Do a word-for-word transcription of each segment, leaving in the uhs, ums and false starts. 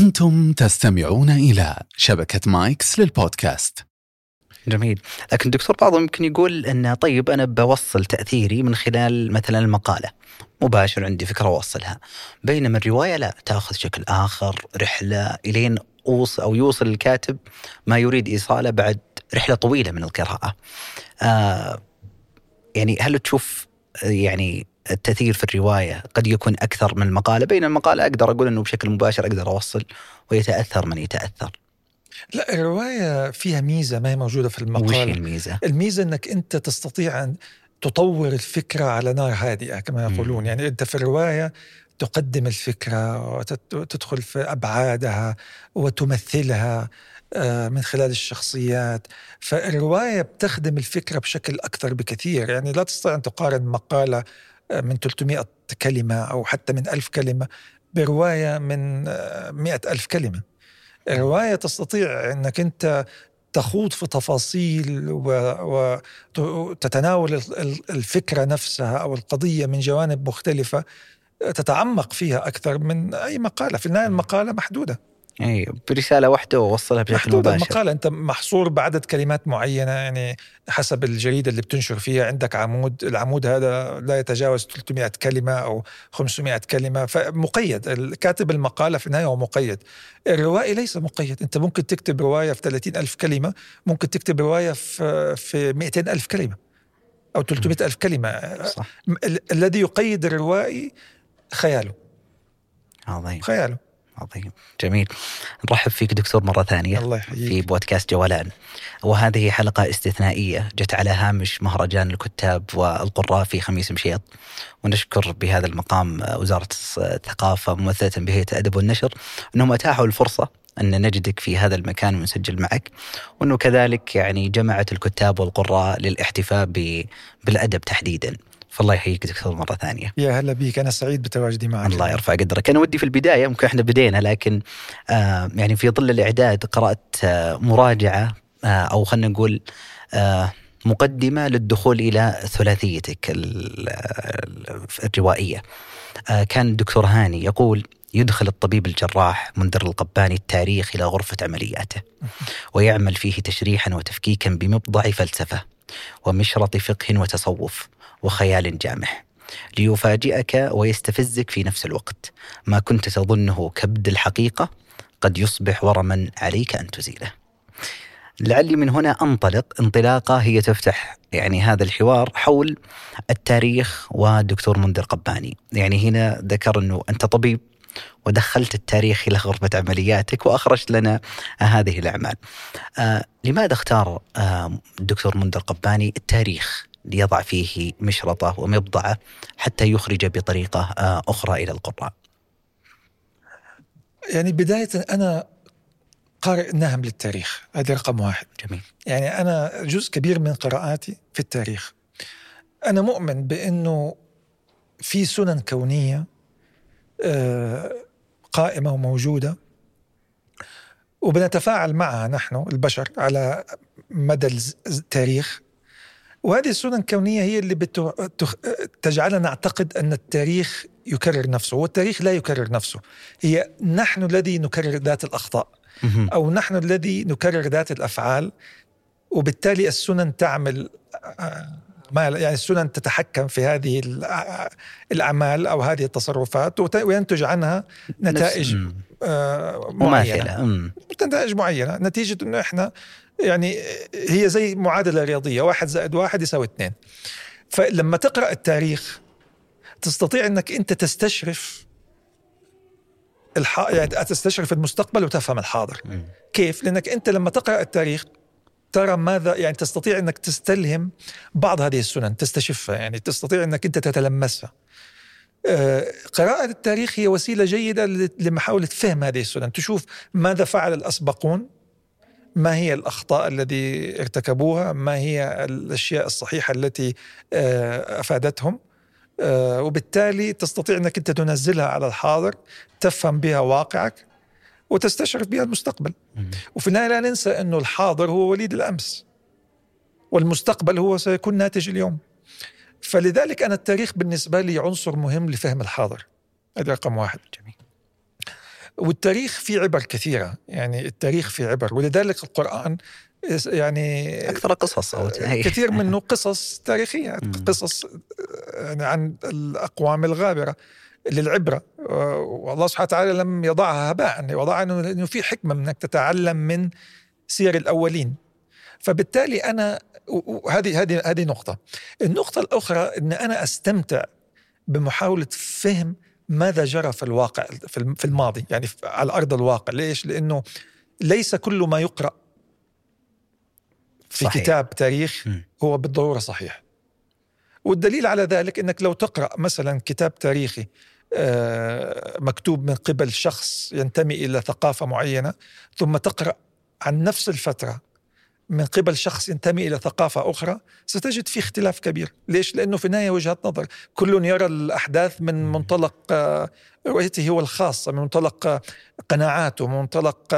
أنتم تستمعون إلى شبكة مايكس للبودكاست. جميل. لكن دكتور بعضهم يمكن يقول أن طيب أنا بوصل تأثيري من خلال مثلا المقالة مباشر، عندي فكرة أوصلها، بينما الرواية لا، تأخذ شكل آخر، رحلة إلين أوصل أو يوصل الكاتب ما يريد إيصاله بعد رحلة طويلة من القراءة. آه يعني هل تشوف يعني التأثير في الرواية قد يكون أكثر من المقالة، بين المقالة أقدر أقول أنه بشكل مباشر أقدر أوصل ويتأثر من يتأثر؟ لا، الرواية فيها ميزة ما هي موجودة في المقال. وش الميزة؟ الميزة أنك أنت تستطيع أن تطور الفكرة على نار هادئة كما يقولون. مم. يعني أنت في الرواية تقدم الفكرة وتدخل في أبعادها وتمثلها من خلال الشخصيات، فالرواية بتخدم الفكرة بشكل أكثر بكثير. يعني لا تستطيع أن تقارن مقالة من ثلاثمائة كلمة أو حتى من ألف كلمة برواية من مئة ألف كلمة. الرواية تستطيع أنك أنت تخوض في تفاصيل وتتناول الفكرة نفسها أو القضية من جوانب مختلفة، تتعمق فيها أكثر من أي مقالة. في النهاية المقالة محدودة، أي برسالة واحدة ووصلها بشكل مباشر. المقالة أنت محصور بعدد كلمات معينة، يعني حسب الجريدة اللي بتنشر فيها. عندك عمود، العمود هذا لا يتجاوز ثلاثمائة كلمة أو خمسمائة كلمة، فمقيد. الكاتب المقالة في النهاية هو مقيد. الروائي ليس مقيد، أنت ممكن تكتب رواية في ثلاثين ألف كلمة، ممكن تكتب رواية في في مئتين ألف كلمة أو ثلاثمائة ألف كلمة. صح. الذي يقيد الروائي خياله. عظيم. خياله. عظيم. جميل. نرحب فيك دكتور مرة ثانية في بودكاست جولان، وهذه حلقة استثنائية جت على هامش مهرجان الكتاب والقراء في خميس مشيط، ونشكر بهذا المقام وزارة الثقافة ممثلة بهيئة الأدب والنشر أنهم أتاحوا الفرصة أن نجدك في هذا المكان ونسجل معك، وأنه كذلك يعني جمعت الكتاب والقراء للاحتفاء بالأدب تحديداً. فالله يحييك دكتور مرة ثانية. يا هلا بيك، أنا سعيد بتواجدي معك. الله يرفع قدرك. أنا ودي في البداية، ممكن إحنا بدينا لكن آه يعني في ظل الإعداد قرأت آه مراجعة آه أو خلنا نقول آه مقدمة للدخول إلى ثلاثيتك الروائية. آه كان الدكتور هاني يقول: يدخل الطبيب الجراح منذر القباني التاريخ إلى غرفة عملياته، ويعمل فيه تشريحا وتفكيكا بمبضع فلسفة ومشرط فقه وتصوف وخيال جامح، ليفاجئك ويستفزك في نفس الوقت. ما كنت تظنه كبد الحقيقة قد يصبح ورما عليك أن تزيله. لعلي من هنا أنطلق انطلاقة هي تفتح يعني هذا الحوار حول التاريخ والدكتور منذر قباني. يعني هنا ذكر أنه أنت طبيب ودخلت التاريخ إلى غرفة عملياتك وأخرجت لنا هذه الأعمال. آه لماذا اختار آه الدكتور منذر قباني التاريخ ليضع فيه مشرطة ومبضعة حتى يخرج بطريقة آه أخرى إلى القراء؟ يعني بداية أنا قارئ نهم للتاريخ، هذا رقم واحد. جميل. يعني أنا جزء كبير من قراءاتي في التاريخ. أنا مؤمن بأنه في سنن كونية قائمة وموجودة، وبنتفاعل معها نحن البشر على مدى التاريخ، وهذه السنن الكونية هي اللي تجعلنا نعتقد أن التاريخ يكرر نفسه، والتاريخ لا يكرر نفسه. هي نحن الذي نكرر ذات الأخطاء أو نحن الذي نكرر ذات الأفعال، وبالتالي السنن تعمل ما يعني السنن تتحكم في هذه الأعمال أو هذه التصرفات، وينتج عنها نتائج معينة. نتائج معينة نتيجة أنه إحنا يعني هي زي معادلة رياضية، واحد زائد واحد يساوي اثنين. فلما تقرأ التاريخ تستطيع أنك أنت تستشرف الح... يعني تستشرف المستقبل وتفهم الحاضر. كيف؟ لأنك أنت لما تقرأ التاريخ ترى ماذا، يعني تستطيع أنك تستلهم بعض هذه السنن، تستشفها، يعني تستطيع أنك أنت تتلمسها. آه قراءة التاريخ هي وسيلة جيدة لمحاولة فهم هذه السنن، تشوف ماذا فعل الأسبقون، ما هي الأخطاء التي ارتكبوها، ما هي الأشياء الصحيحة التي آه أفادتهم، آه وبالتالي تستطيع أنك أنت تنزلها على الحاضر، تفهم بها واقعك وتستشرف بها المستقبل. وفي النهاية لا ننسى أنه الحاضر هو وليد الأمس، والمستقبل هو سيكون ناتج اليوم. فلذلك أنا التاريخ بالنسبة لي عنصر مهم لفهم الحاضر، هذا رقم واحد. جميل. والتاريخ فيه عبر كثيرة، يعني التاريخ فيه عبر، ولذلك القرآن يعني أكثر قصص أو كثير منه قصص تاريخية، قصص يعني عن الأقوام الغابرة للعبرة. والله سبحانه وتعالى لم يضعها هباء، وضع أنه في حكمة من أنك تتعلم من سير الأولين. فبالتالي أنا هذه هذه هذه نقطة. النقطة الأخرى أن أنا أستمتع بمحاولة فهم ماذا جرى في الواقع في الماضي، يعني على أرض الواقع. ليش؟ لأنه ليس كل ما يقرأ في صحيح. كتاب تاريخ هو بالضرورة صحيح. والدليل على ذلك أنك لو تقرأ مثلا كتاب تاريخي مكتوب من قبل شخص ينتمي إلى ثقافة معينة، ثم تقرأ عن نفس الفترة من قبل شخص ينتمي إلى ثقافة أخرى، ستجد فيه اختلاف كبير. ليش؟ لأنه في النهاية وجهات نظر، كل يرى الأحداث من منطلق رؤيته هو الخاصة، من منطلق قناعاته، من منطلق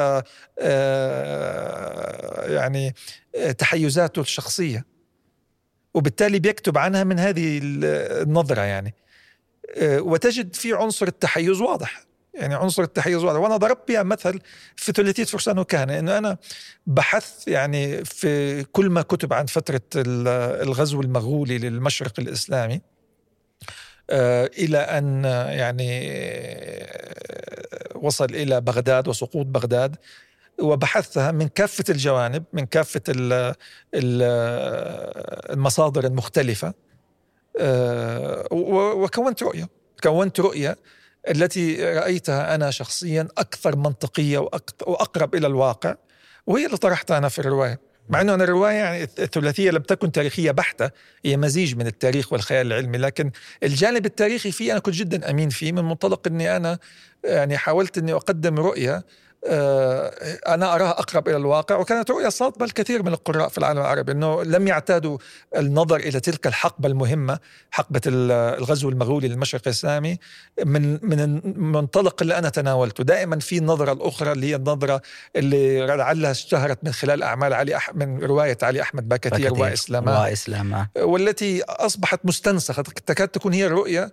يعني تحيزاته الشخصية، وبالتالي بيكتب عنها من هذه النظرة يعني. وتجد في عنصر التحيز واضح، يعني عنصر التحيز واضح. وأنا ضربت بها مثل في ثلاثية فرسان وكهنة، إنه أنا بحث يعني في كل ما كتب عن فترة الغزو المغولي للمشرق الإسلامي إلى أن يعني وصل إلى بغداد وسقوط بغداد، وبحثها من كافة الجوانب، من كافة المصادر المختلفة، وكونت رؤية كونت رؤية التي رأيتها أنا شخصيا أكثر منطقية وأقرب إلى الواقع، وهي اللي طرحتها أنا في الرواية. مع أنه أنا الرواية يعني الثلاثية لم تكن تاريخية بحتة، هي مزيج من التاريخ والخيال العلمي، لكن الجانب التاريخي فيه أنا كنت جدا أمين فيه، من منطلق أني أنا يعني حاولت أني أقدم رؤية أنا أراها أقرب إلى الواقع. وكانت رؤية صادمة الكثير من القراء في العالم العربي، أنه لم يعتادوا النظر إلى تلك الحقبة المهمة، حقبة الغزو المغولي للمشرق الإسلامي، من من المنطلق اللي أنا تناولته. دائما في النظرة الأخرى اللي هي النظرة اللي لعلها اشتهرت من خلال أعمال علي أح من رواية علي أحمد باكثير وإسلاما، وإسلاما، والتي أصبحت مستنسخة، تكاد تكون هي الرؤية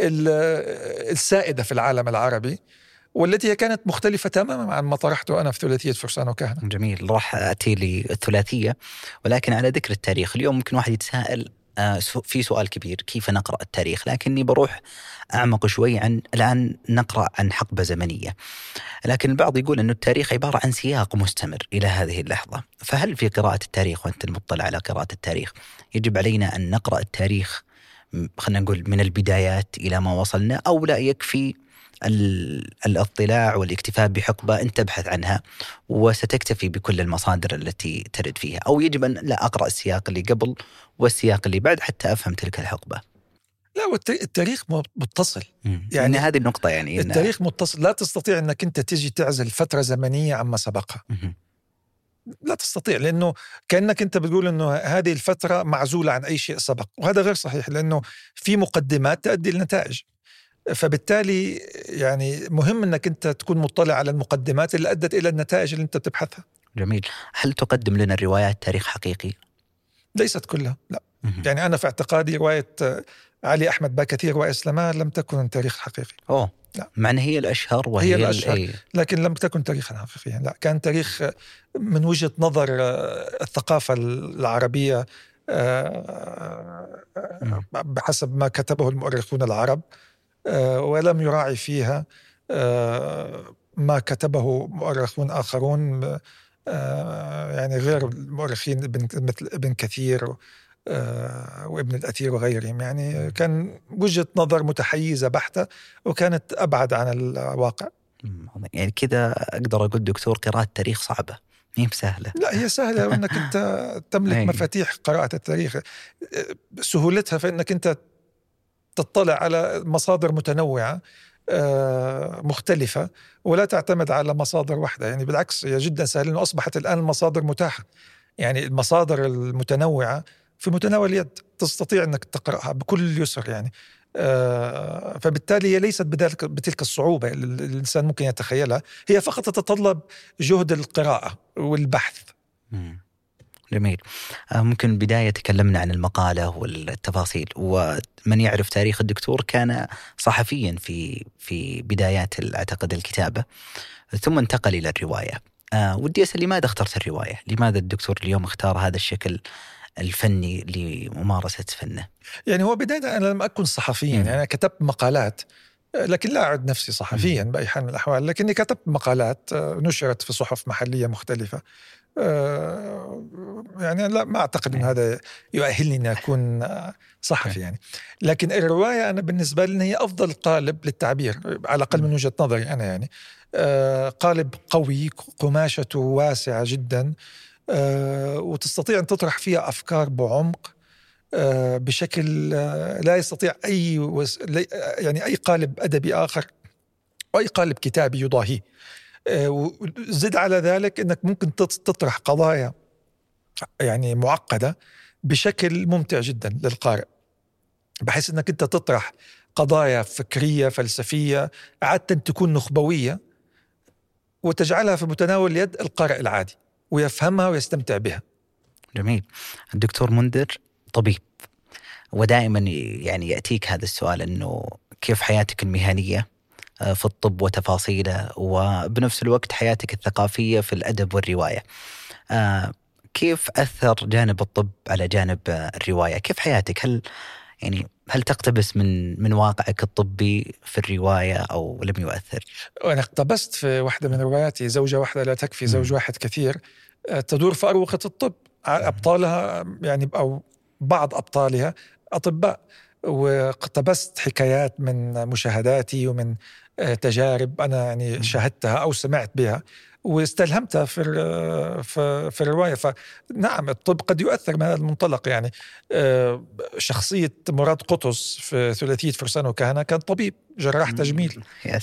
السائدة في العالم العربي، والتي كانت مختلفة تماما عن ما طرحته أنا في ثلاثية فرسان وكهنة. جميل، راح أتي للثلاثية. ولكن على ذكر التاريخ، اليوم ممكن واحد يتساءل في سؤال كبير، كيف نقرأ التاريخ؟ لكني بروح أعمق شوي. عن الآن نقرأ عن حقبة زمنية، لكن البعض يقول أن التاريخ عبارة عن سياق مستمر إلى هذه اللحظة. فهل في قراءة التاريخ، وأنت المطلع على قراءة التاريخ، يجب علينا أن نقرأ التاريخ خلينا نقول من البدايات إلى ما وصلنا، أو لا يكفي الاطلاع والاكتفاء بحقبة أنت تبحث عنها وستكتفي بكل المصادر التي ترد فيها؟ أو يجب أن لا أقرأ السياق اللي قبل والسياق اللي بعد حتى أفهم تلك الحقبة؟ لا، التاريخ متصل. يعني هذه النقطة، يعني التاريخ متصل. لا تستطيع أنك أنت تجي تعزل فترة زمنية عما سبقها. لا تستطيع، لأنه كأنك أنت بتقول أنه هذه الفترة معزولة عن أي شيء سبق، وهذا غير صحيح، لأنه في مقدمات تؤدي لنتائج. فبالتالي يعني مهم أنك أنت تكون مطلع على المقدمات اللي أدت إلى النتائج اللي أنت بتبحثها. جميل. هل تقدم لنا الروايات تاريخ حقيقي؟ ليست كلها، لا. يعني أنا في اعتقادي رواية علي أحمد باكثير وإسلاما لم تكن تاريخ حقيقي. أوه. لا. معنى هي الأشهر وهي هي الأشهر، لكن لم تكن تاريخا حقيقيا. لا، كان تاريخ من وجهة نظر الثقافة العربية بحسب ما كتبه المؤرخون العرب، ولم يراعي فيها ما كتبه مؤرخون آخرون، يعني غير المؤرخين مثل ابن كثير وابن الأثير وغيرهم. يعني كان وجهة نظر متحيزة بحتة، وكانت أبعد عن الواقع. يعني كذا أقدر أقول دكتور قراءة التاريخ صعبة، مين سهلة؟ لا، هي سهلة، وأنك أنت تملك مفاتيح قراءة التاريخ. سهولتها فإنك أنت تطلع على مصادر متنوعة مختلفة، ولا تعتمد على مصادر واحدة. يعني بالعكس، هي جدا سهل، لأنه أصبحت الآن المصادر متاحة. يعني المصادر المتنوعة في متناول اليد، تستطيع أنك تقرأها بكل يسر. يعني فبالتالي هي ليست بذلك بتلك الصعوبة اللي الإنسان ممكن يتخيلها، هي فقط تتطلب جهد القراءة والبحث. جميل. ممكن بداية تكلمنا عن المقالة والتفاصيل، ومن يعرف تاريخ الدكتور كان صحفيا في في بدايات أعتقد الكتابة، ثم انتقل إلى الرواية. أه ودي أسأل لماذا اخترت الرواية؟ لماذا الدكتور اليوم اختار هذا الشكل الفني لممارسة فنه؟ يعني هو بداية أنا لم أكن صحفيا، يعني أنا كتبت مقالات لكن لا أعد نفسي صحفيا م. بأي حال من الأحوال، لكني كتبت مقالات نشرت في صحف محلية مختلفة. يعني لا ما أعتقد أن هذا يؤهلني أن أكون صحفي يعني. لكن الرواية أنا بالنسبة لي هي أفضل قالب للتعبير على الأقل من وجهة نظري أنا، يعني قالب قوي، قماشته واسعة جدا، وتستطيع أن تطرح فيها أفكار بعمق بشكل لا يستطيع أي وس... يعني أي قالب أدبي آخر أو أي قالب كتابي يضاهيه. وزد على ذلك أنك ممكن تطرح قضايا يعني معقدة بشكل ممتع جدا للقارئ، بحيث أنك أنت تطرح قضايا فكرية فلسفية عادة تكون نخبوية وتجعلها في متناول يد القارئ العادي ويفهمها ويستمتع بها. جميل. الدكتور منذر طبيب، ودائما يعني يأتيك هذا السؤال أنه كيف حياتك المهنية في الطب وتفاصيله، وبنفس الوقت حياتك الثقافية في الأدب والرواية. كيف أثر جانب الطب على جانب الرواية؟ كيف حياتك؟ هل يعني هل تقتبس من من واقعك الطبي في الرواية أو لم يؤثر؟ أنا اقتبست في واحدة من رواياتي زوجة واحدة لا تكفي زوج واحد كثير، تدور في أروقة الطب، أبطالها يعني أو بعض أبطالها أطباء، واقتبست حكايات من مشاهداتي ومن تجارب أنا يعني شاهدتها أو سمعت بها واستلهمتها في في في الرواية. فنعم الطب قد يؤثر من هذا المنطلق. يعني شخصية مراد قطز في ثلاثية فرسان وكهنة كان طبيب جراح تجميل،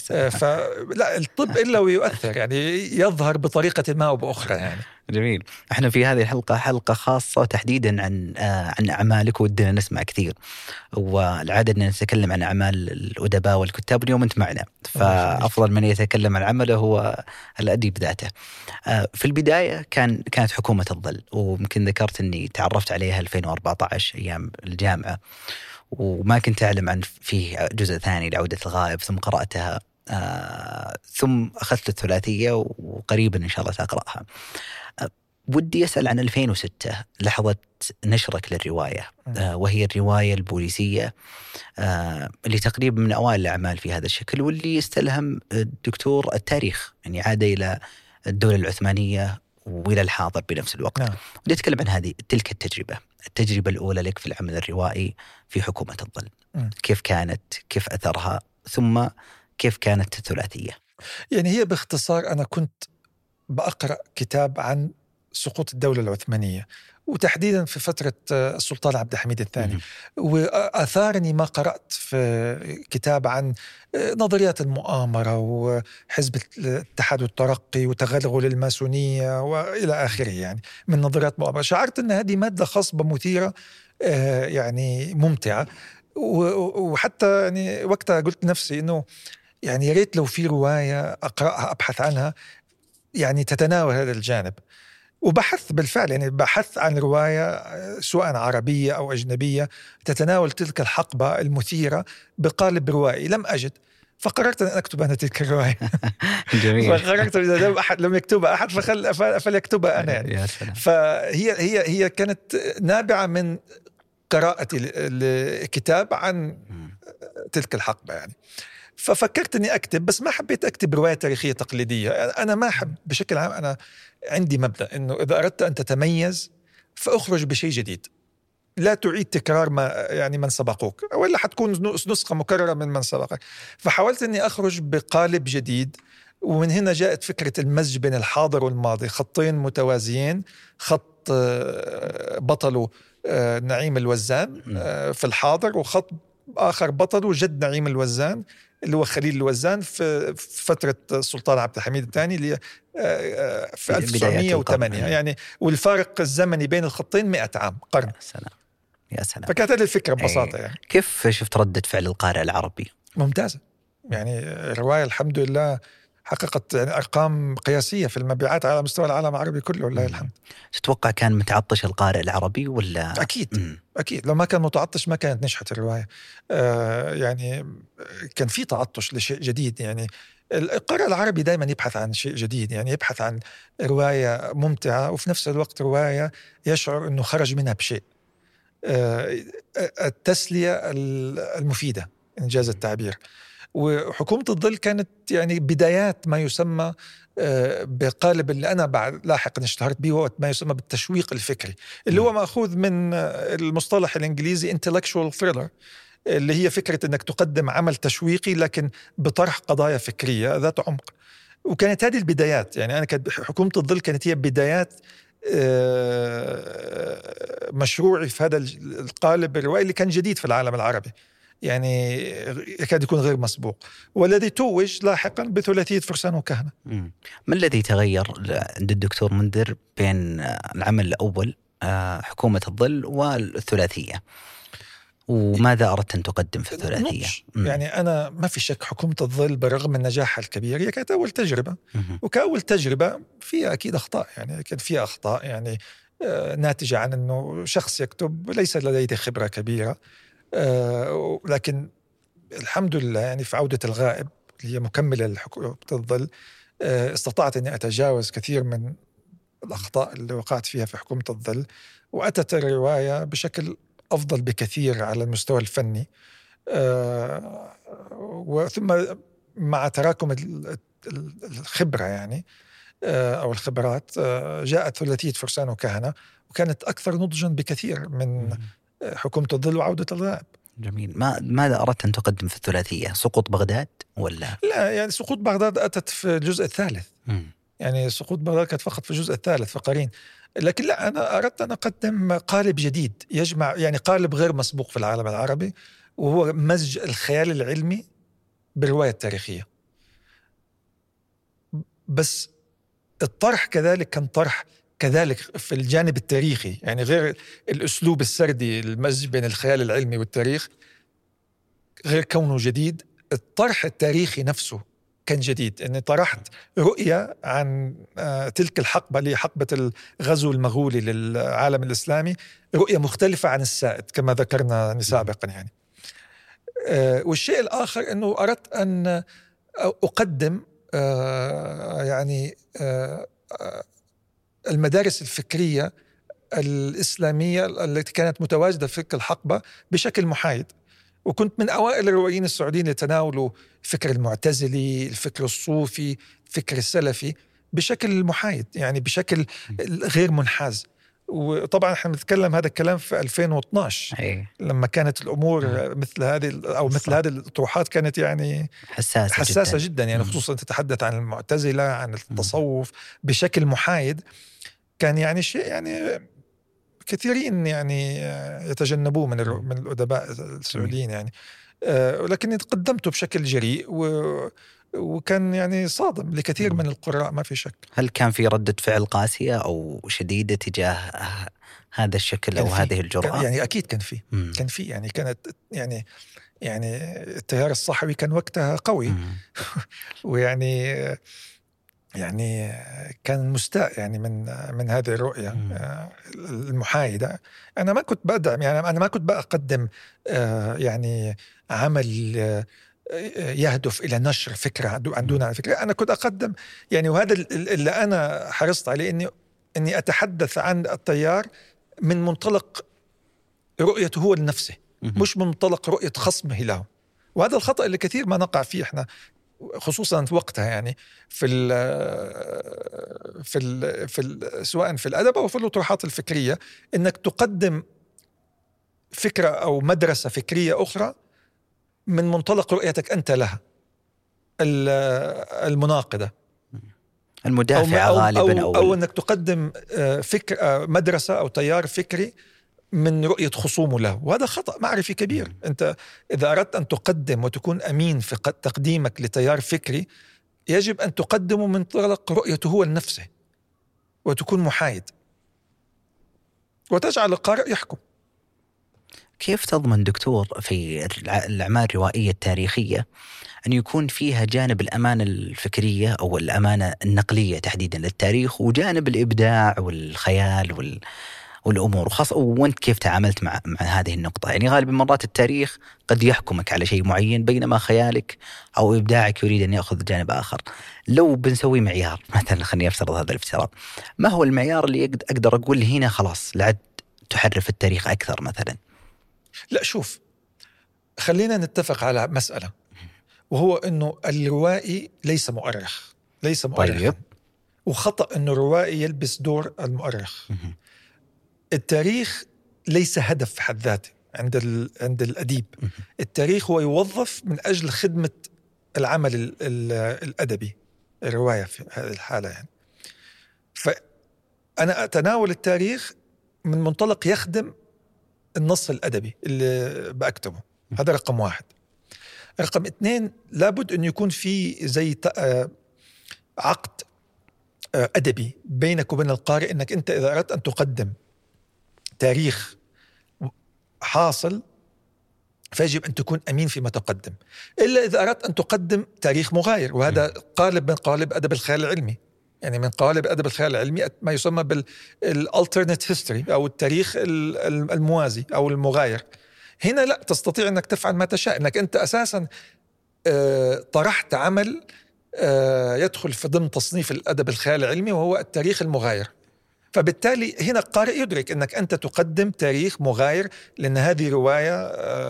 فلا الطب إلا ويؤثر، يعني يظهر بطريقة ما أو بأخرى يعني. جميل. احنا في هذه الحلقة حلقة خاصة تحديدا عن آه عن أعمالك، ودنا نسمع كثير، والعادة أن نتكلم عن أعمال الأدباء والكتاب. اليوم أنت معنا، فأفضل من يتكلم عن عمله هو الأديب ذاته. آه في البداية كان كانت حكومة الظل، وممكن ذكرت أني تعرفت عليها ألفين وأربعة عشر أيام الجامعة، وما كنت أعلم عن فيه جزء ثاني لعودة الغائب، ثم قرأتها، آه ثم أخذت الثلاثية وقريبا إن شاء الله سأقرأها. آه ودي أسأل عن ألفين وستة، لحظة نشرك للرواية، آه وهي الرواية البوليسية آه اللي تقريبا من أوائل الأعمال في هذا الشكل، واللي يستلهم الدكتور التاريخ، يعني عاد إلى الدولة العثمانية وإلى الحاضر بنفس الوقت. نعم. ودي أتكلم عن هذه تلك التجربة التجربة الأولى لك في العمل الروائي في حكومة الظل. م. كيف كانت؟ كيف أثرها؟ ثم كيف كانت الثلاثية؟ يعني هي باختصار أنا كنت بأقرأ كتاب عن سقوط الدولة العثمانية، وتحديدا في فترة السلطان عبد الحميد الثاني، وأثارني ما قرأت في كتاب عن نظريات المؤامرة وحزب الاتحاد والترقي وتغلغل الماسونية وإلى آخره، يعني من نظريات مؤامرة. شعرت أن هذه مادة خصبة مثيرة يعني ممتعة، وحتى يعني وقتها قلت نفسي أنه يعني يا ريت لو في رواية أقرأها أبحث عنها يعني تتناول هذا الجانب. وبحث بالفعل، يعني بحث عن رواية سواء عربية أو أجنبية تتناول تلك الحقبة المثيرة بقالب روائي، لم أجد، فقررت أن أكتب أنا تلك الرواية. جميل. فقررت إذا لم أحد لم يكتبها أحد فخل فليكتبها أنا يعني. فهي هي هي كانت نابعة من قراءتي لكتاب عن تلك الحقبة يعني. ففكرت أني أكتب، بس ما حبيت أكتب رواية تاريخية تقليدية. أنا ما أحب بشكل عام، أنا عندي مبدأ أنه إذا أردت أن تتميز فأخرج بشيء جديد، لا تعيد تكرار ما يعني من سبقوك، ولا حتكون نسخة مكررة من من سبقك. فحاولت أني أخرج بقالب جديد، ومن هنا جاءت فكرة المزج بين الحاضر والماضي، خطين متوازيين، خط بطله نعيم الوزان في الحاضر، وخط آخر بطله جد نعيم الوزان اللي هو خليل الوزان في فترة السلطان عبد الحميد الثاني اللي في ألف وتسعمائة وثمانية يعني، والفارق الزمني بين الخطين مئة عام، قرن. يا سلام يا سلام. فكانت هذه الفكرة ببساطة يعني. كيف شفت ردة فعل القارئ العربي؟ ممتازة، يعني الرواية الحمد لله حققت يعني أرقام قياسية في المبيعات على مستوى العالم العربي كله والله الحمد. تتوقع كان متعطش القارئ العربي ولا؟ أكيد مم. أكيد، لو ما كان متعطش ما كانت نجحت الرواية. آه يعني كان في تعطش لشيء جديد. يعني القارئ العربي دائما يبحث عن شيء جديد، يعني يبحث عن رواية ممتعة وفي نفس الوقت رواية يشعر أنه خرج منها بشيء. آه التسلية المفيدة إنجاز التعبير. وحكومة الظل كانت يعني بدايات ما يسمى بقالب اللي أنا بعد لاحقا اشتهرت به، هو ما يسمى بالتشويق الفكري، اللي هو مأخوذ من المصطلح الإنجليزي intellectual thriller، اللي هي فكرة أنك تقدم عمل تشويقي لكن بطرح قضايا فكرية ذات عمق. وكانت هذه البدايات. يعني أنا كانت حكومة الظل كانت هي بدايات مشروعي في هذا القالب الروائي اللي كان جديد في العالم العربي، يعني يكاد يكون غير مسبوق، والذي توج لاحقا بثلاثية فرسان وكهنة. ما الذي تغير عند الدكتور منذر بين العمل الأول حكومة الظل والثلاثية، وماذا أردت أن تقدم في الثلاثية؟ يعني أنا ما في شك حكومة الظل بالرغم من نجاحها الكبير هي كانت أول تجربة، وكأول تجربة فيها أكيد أخطاء، يعني كان فيها أخطاء يعني ناتجة عن أنه شخص يكتب ليس لديه خبرة كبيرة. آه لكن الحمد لله يعني في عودة الغائب اللي هي مكملة لحكومة الظل آه استطعت أني أتجاوز كثير من الأخطاء اللي وقعت فيها في حكومة الظل، وأتت الرواية بشكل أفضل بكثير على المستوى الفني. آه وثم مع تراكم الخبرة يعني آه أو الخبرات آه جاءت ثلاثية فرسان وكهنة، وكانت أكثر نضجا بكثير من حكومة الظل وعودة الغائب. جميل. ما ماذا أردت أن تقدم في الثلاثية؟ سقوط بغداد ولا؟ لا يعني سقوط بغداد أتت في الجزء الثالث. مم. يعني سقوط بغداد كانت فقط في الجزء الثالث في قرين. لكن لا، أنا أردت أن أقدم قالب جديد يجمع، يعني قالب غير مسبوق في العالم العربي، وهو مزج الخيال العلمي بالرواية التاريخية. بس الطرح كذلك كان طرح كذلك في الجانب التاريخي، يعني غير الأسلوب السردي المزج بين الخيال العلمي والتاريخ، غير كونه جديد، الطرح التاريخي نفسه كان جديد. أني طرحت رؤية عن تلك الحقبة اللي حقبة الغزو المغولي للعالم الإسلامي، رؤية مختلفة عن السائد كما ذكرنا سابقا يعني. والشيء الآخر أنه أردت أن أقدم يعني المدارس الفكرية الإسلامية التي كانت متواجدة في تلك الحقبة بشكل محايد. وكنت من أوائل الروائيين السعوديين اللي تناولوا الفكر المعتزلي، الفكر الصوفي، الفكر السلفي بشكل محايد، يعني بشكل غير منحاز. وطبعا احنا بنتكلم هذا الكلام في ألفين واثناشر أي. لما كانت الأمور م. مثل هذه أو مثل صح. هذه الطروحات كانت يعني حساسة, حساسة جدا, جدا. يعني خصوصا تتحدث عن المعتزلة، عن التصوف بشكل محايد. كان يعني شيء يعني كثيرين يعني يتجنبوه من من الأدباء السعوديين يعني. ولكني قدمته بشكل جريء و وكان يعني صادم لكثير من القراء ما في شك. هل كان في ردة فعل قاسية أو شديدة تجاه هذا الشكل أو هذه الجرأة؟ يعني أكيد كان في كان في يعني كانت يعني يعني التيار الصحوي كان وقتها قوي ويعني يعني كان مستاء يعني من من هذه الرؤية مم. المحايدة. أنا ما كنت بدعم، يعني أنا ما كنت بقدم يعني عمل يهدف إلى نشر فكرة عن دون عن فكرة. أنا كنت أقدم يعني، وهذا اللي أنا حرصت عليه، إني إني أتحدث عن التيار من منطلق رؤيته هو لنفسه، مش من منطلق رؤية خصمه له. وهذا الخطأ اللي كثير ما نقع فيه إحنا خصوصا في وقتها، يعني في ال في ال في ال سواء في الأدب أو في الأطروحات الفكرية، إنك تقدم فكرة أو مدرسة فكرية أخرى من منطلق رؤيتك أنت لها المناقضة، المدافعة أو غالبا أو, أو, أو أنك تقدم فكر مدرسة أو تيار فكري من رؤية خصومه له. وهذا خطأ معرفي كبير. م. أنت إذا أردت أن تقدم وتكون أمين في تقديمك لتيار فكري، يجب أن تقدمه من منطلق رؤيته هو لنفسه، وتكون محايد، وتجعل القارئ يحكم. كيف تضمن دكتور في الأعمال الروائية التاريخية أن يكون فيها جانب الأمانة الفكرية أو الأمانة النقلية تحديدا للتاريخ وجانب الإبداع والخيال وال والأمور، وخاصة وأنت كيف تعاملت مع مع هذه النقطة؟ يعني غالبا مرات التاريخ قد يحكمك على شيء معين بينما خيالك أو إبداعك يريد أن يأخذ جانب آخر. لو بنسوي معيار مثلا، خليني أفترض هذا الافتراض، ما هو المعيار اللي أقدر أقول هنا خلاص لعد تحرف التاريخ أكثر مثلا؟ لا شوف، خلينا نتفق على مسألة، وهو أنه الروائي ليس مؤرخ، ليس مؤرخ. طيب. وخطأ أنه الروائي يلبس دور المؤرخ. التاريخ ليس هدف في حد ذاته عند عند الأديب. التاريخ هو يوظف من أجل خدمة العمل ال ال الأدبي، الرواية في هذه الحالة يعني. فأنا أتناول التاريخ من منطلق يخدم النص الأدبي اللي بأكتبه. هذا رقم واحد. رقم اثنين، لابد أن يكون في زي عقد أدبي بينك وبين القارئ، أنك أنت إذا أردت أن تقدم تاريخ حاصل فيجب أن تكون أمين فيما تقدم، إلا إذا أردت أن تقدم تاريخ مغاير، وهذا قالب من قالب أدب الخيال العلمي. يعني من قالب أدب الخيال العلمي ما يسمى بالالترنت هيستوري أو التاريخ الموازي أو المغاير. هنا لا تستطيع أنك تفعل ما تشاء، أنك أنت أساسا طرحت عمل يدخل في ضمن تصنيف الأدب الخيال العلمي وهو التاريخ المغاير. فبالتالي هنا القارئ يدرك أنك أنت تقدم تاريخ مغاير، لأن هذه رواية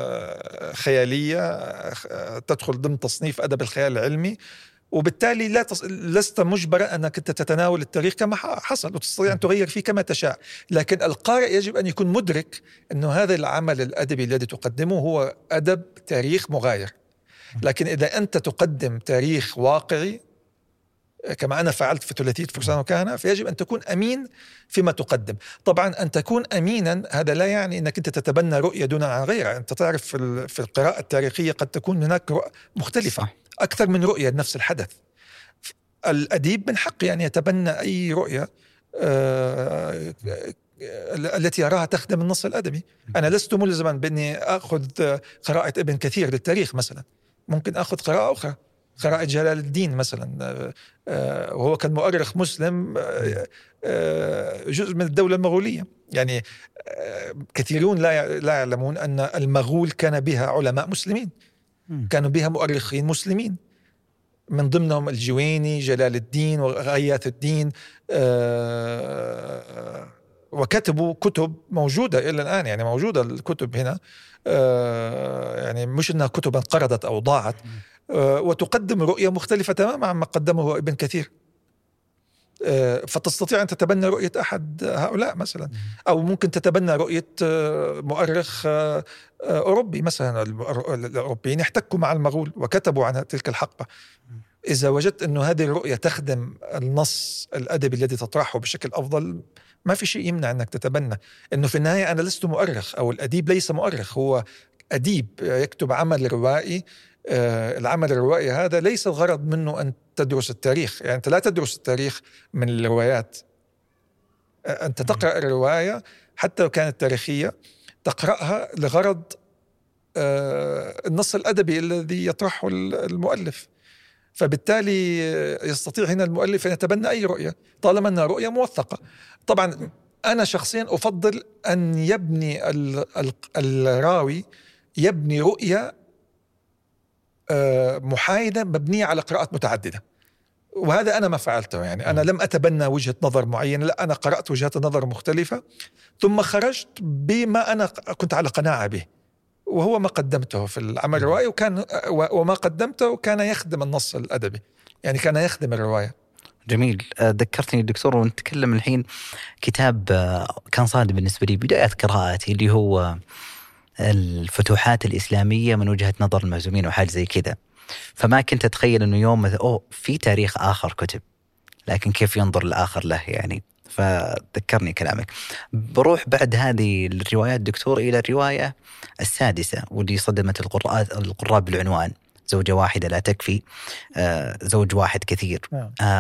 خيالية تدخل ضمن تصنيف أدب الخيال العلمي، وبالتالي لا تص... لست مجبرا أنك أنت تتناول التاريخ كما حصل وتستطيع أن تغير فيه كما تشاء. لكن القارئ يجب أن يكون مدرك أنه هذا العمل الأدبي الذي تقدمه هو أدب تاريخ مغاير. لكن إذا أنت تقدم تاريخ واقعي كما أنا فعلت في ثلاثية فرسان وكهنة، فيجب أن تكون أمين فيما تقدم. طبعا أن تكون أمينا هذا لا يعني أنك أنت تتبنى رؤية دون عن غيرها. أنت تعرف في القراءة التاريخية قد تكون هناك رؤى مختلفة، أكثر من رؤية لنفس الحدث. الأديب من حقه يعني يتبنى أي رؤية آه التي يراها تخدم النص الأدبي. أنا لست ملزما بأني أخذ قراءة ابن كثير للتاريخ مثلا، ممكن أخذ قراءة أخرى، قراءة جلال الدين مثلا، وهو كان مؤرخ مسلم جزء من الدولة المغولية. يعني كثيرون لا لا يعلمون أن المغول كان بها علماء مسلمين، كانوا بها مؤرخين مسلمين، من ضمنهم الجويني، جلال الدين، وغياث الدين، وكتبوا كتب موجودة إلى الآن. يعني موجودة الكتب هنا، يعني مش أنها كتب انقرضت أو ضاعت، وتقدم رؤية مختلفة تماما عما قدمه ابن كثير. فتستطيع أن تتبنى رؤية أحد هؤلاء مثلا، أو ممكن تتبنى رؤية مؤرخ أوروبي مثلا. الأوروبيين احتكوا مع المغول وكتبوا عن تلك الحقبة. إذا وجدت أن هذه الرؤية تخدم النص الأدبي الذي تطرحه بشكل أفضل، ما في شيء يمنع أنك تتبنى. أنه في النهاية أنا لست مؤرخ، أو الأديب ليس مؤرخ، هو أديب يكتب عمل روائي. آه العمل الروائي هذا ليس الغرض منه أن تدرس التاريخ. يعني أنت لا تدرس التاريخ من الروايات، آه أنت تقرأ الرواية حتى لو كانت تاريخية، تقرأها لغرض آه النص الأدبي الذي يطرحه المؤلف. فبالتالي يستطيع هنا المؤلف أن يتبنى أي رؤية طالما أنها رؤية موثقة. طبعا أنا شخصيا أفضل أن يبني الراوي يبني رؤية محايدة مبنية على قراءات متعددة، وهذا أنا ما فعلته. يعني أنا لم أتبنى وجهة نظر معينة، لا، أنا قرأت وجهات نظر مختلفة ثم خرجت بما أنا كنت على قناعة به، وهو ما قدمته في العمل الروائي، وكان وما قدمته كان يخدم النص الأدبي، يعني كان يخدم الرواية. جميل. ذكرتني الدكتور ونتكلم الحين كتاب كان صادم بالنسبة لي بداية قراءتي، اللي هو الفتوحات الإسلامية من وجهة نظر المهزومين وحاجة زي كذا. فما كنت أتخيل أنه يوم أوه في تاريخ آخر كتب، لكن كيف ينظر الآخر له يعني. فذكرني كلامك. بروح بعد هذه الروايات دكتور إلى الرواية السادسة، واللي صدمت القراء القراء بالعنوان زوجة واحدة لا تكفي، آه زوج واحد كثير.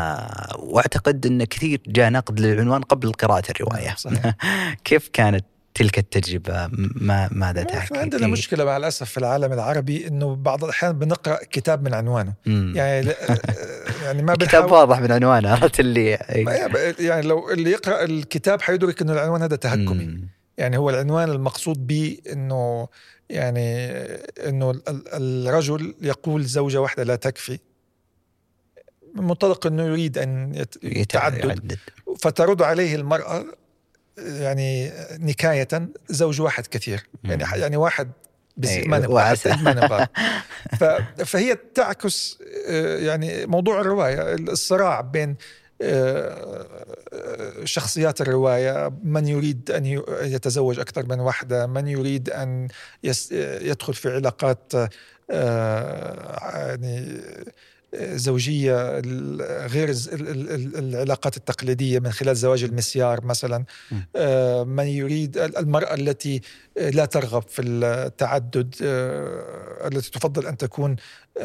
آه واعتقد أن كثير جاء نقد للعنوان قبل قراءة الرواية. كيف كانت تلك التجربة ما ماذا تحكي؟ احنا عندنا مشكلة مع الأسف في العالم العربي إنه بعض الأحيان بنقرأ كتاب من عنوانه. مم. يعني يعني ما كتاب واضح من عنوانه، عرفت اللي يعني لو اللي يقرأ الكتاب حيدرك إنه العنوان هذا تهكمي. مم. يعني هو العنوان المقصود به إنه يعني إنه الرجل يقول زوجة واحدة لا تكفي، من منطلق إنه يريد أن يتعدد، فترد عليه المرأة يعني نكاية زوج واحد كثير. يعني يعني واحد بس ما نبغى ما نبغى فهي تعكس يعني موضوع الرواية، الصراع بين شخصيات الرواية، من يريد أن يتزوج أكثر من واحدة، من يريد أن يدخل في علاقات يعني زوجية غير العلاقات التقليدية من خلال زواج المسيار مثلا، من يريد المرأة التي لا ترغب في التعدد، التي تفضل أن تكون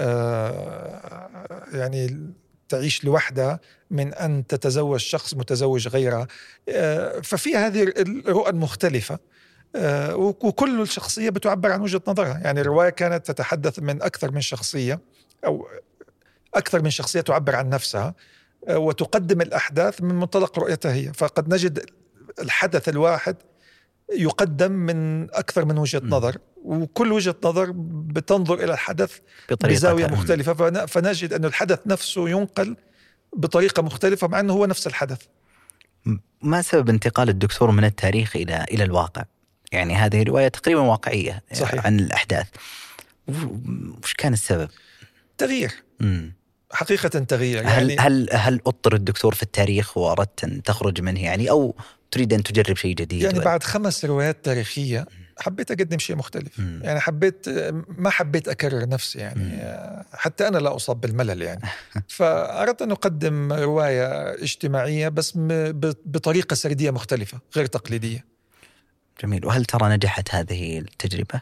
يعني تعيش لوحدها من أن تتزوج شخص متزوج غيرها. ففي هذه الرؤى المختلفة، وكل شخصية بتعبر عن وجهة نظرها. يعني الرواية كانت تتحدث من أكثر من شخصية أو أكثر من شخصية تعبر عن نفسها وتقدم الأحداث من منطلق رؤيتها هي. فقد نجد الحدث الواحد يقدم من أكثر من وجهة نظر، وكل وجهة نظر بتنظر إلى الحدث بزاوية مختلفة، فنجد أن الحدث نفسه ينقل بطريقة مختلفة مع أنه هو نفس الحدث. ما سبب انتقال الدكتور من التاريخ إلى إلى الواقع؟ يعني هذه رواية تقريبا واقعية صحيح. عن الأحداث، وش كان السبب؟ تغيير. مم. حقيقة تغيير. هل يعني هل هل أطر الدكتور في التاريخ وأردت أن تخرج منه يعني، أو تريد أن تجرب شيء جديد؟ يعني بعد خمس روايات تاريخية حبيت أقدم شيء مختلف. مم. يعني حبيت ما حبيت أكرر نفسي يعني. مم. حتى أنا لا أصاب بالملل يعني. فأردت أن أقدم رواية اجتماعية بس بطريقة سردية مختلفة غير تقليدية. جميل. وهل ترى نجحت هذه التجربة؟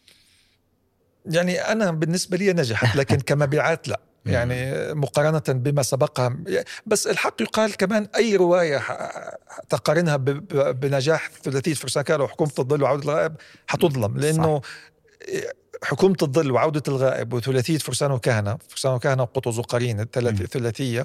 يعني أنا بالنسبة لي نجحت، لكن كمبيعات لا. يعني مقارنة بما سبقها. بس الحق يقال كمان أي رواية تقارنها بنجاح ثلاثية فرسان كهنة وحكومة الظل وعودة الغائب حتظلم، لأنه صح. حكومة الظل وعودة الغائب وثلاثية فرسان وكهنة فرسان وكهنة وقطز وقرين الثلاثية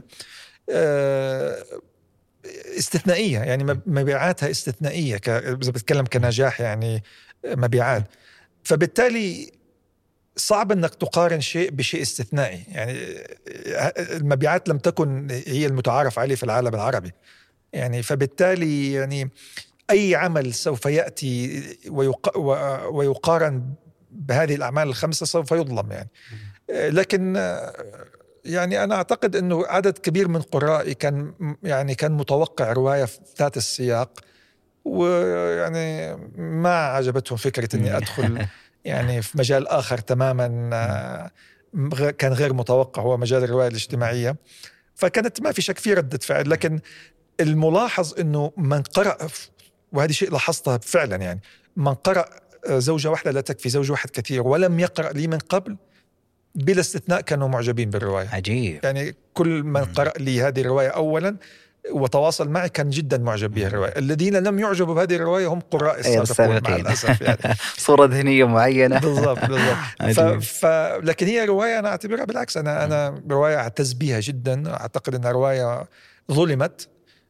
استثنائية. يعني مبيعاتها استثنائية إذا بتكلم كنجاح يعني مبيعات. فبالتالي صعب أنك تقارن شيء بشيء استثنائي. يعني المبيعات لم تكن هي المتعارف عليه في العالم العربي يعني. فبالتالي يعني أي عمل سوف يأتي ويقارن بهذه الأعمال الخمسة سوف يظلم يعني. لكن يعني أنا أعتقد أنه عدد كبير من قرائي كان يعني كان متوقع رواية ذات السياق، ويعني ما عجبتهم فكرة أني أدخل يعني في مجال آخر تماما كان غير متوقع، هو مجال الرواية الاجتماعية. فكانت ما في شك في ردة فعل. لكن الملاحظ أنه من قرأ، وهذه شيء لاحظتها فعلا، يعني من قرأ زوجة واحدة لا تكفي زوج واحد كثير ولم يقرأ لي من قبل بلا استثناء كانوا معجبين بالرواية. عجيب. يعني كل من قرأ لي هذه الرواية أولا وتواصل معي كان جدا معجب بها الرواية. الذين لم يعجبوا بهذه الرواية هم قراء السابقون مع الأسف يعني. صورة ذهنية معينة. بالضبط بالضبط. ف... لكن هي رواية أنا أعتبرها بالعكس، أنا أنا رواية أعتز بها جدا. أعتقد أنها رواية ظلمت،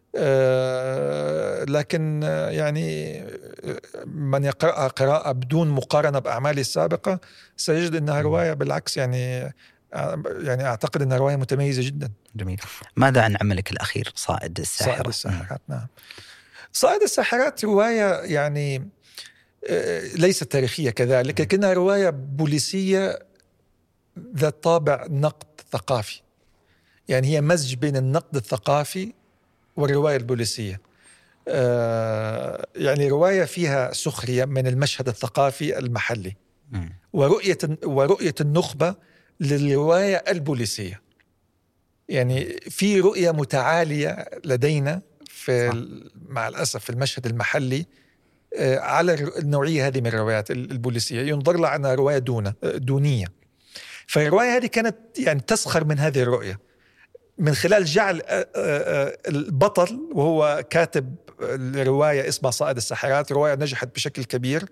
أه لكن يعني من يقرأها قراءة بدون مقارنة بأعمالي السابقة سيجد أنها رواية بالعكس يعني يعني أعتقد أنها رواية متميزة جدا. جميل. ماذا عن عملك الأخير صائد الساحرة؟ صائد الساحرات. نعم، صائد الساحرات رواية يعني ليست تاريخية كذلك، لكنها رواية بوليسية ذات طابع نقد ثقافي. يعني هي مزج بين النقد الثقافي والرواية البوليسية. آه يعني رواية فيها سخرية من المشهد الثقافي المحلي ورؤية ورؤية النخبة للرواية البوليسية. يعني في رؤية متعالية لدينا في مع الأسف في المشهد المحلي آه على النوعية هذه من الروايات البوليسية، ينظر لها أنها رواية دونة دونية. فالرواية هذه كانت يعني تسخر من هذه الرؤية. من خلال جعل البطل وهو كاتب الرواية اسمها صائد الساحرات، رواية نجحت بشكل كبير،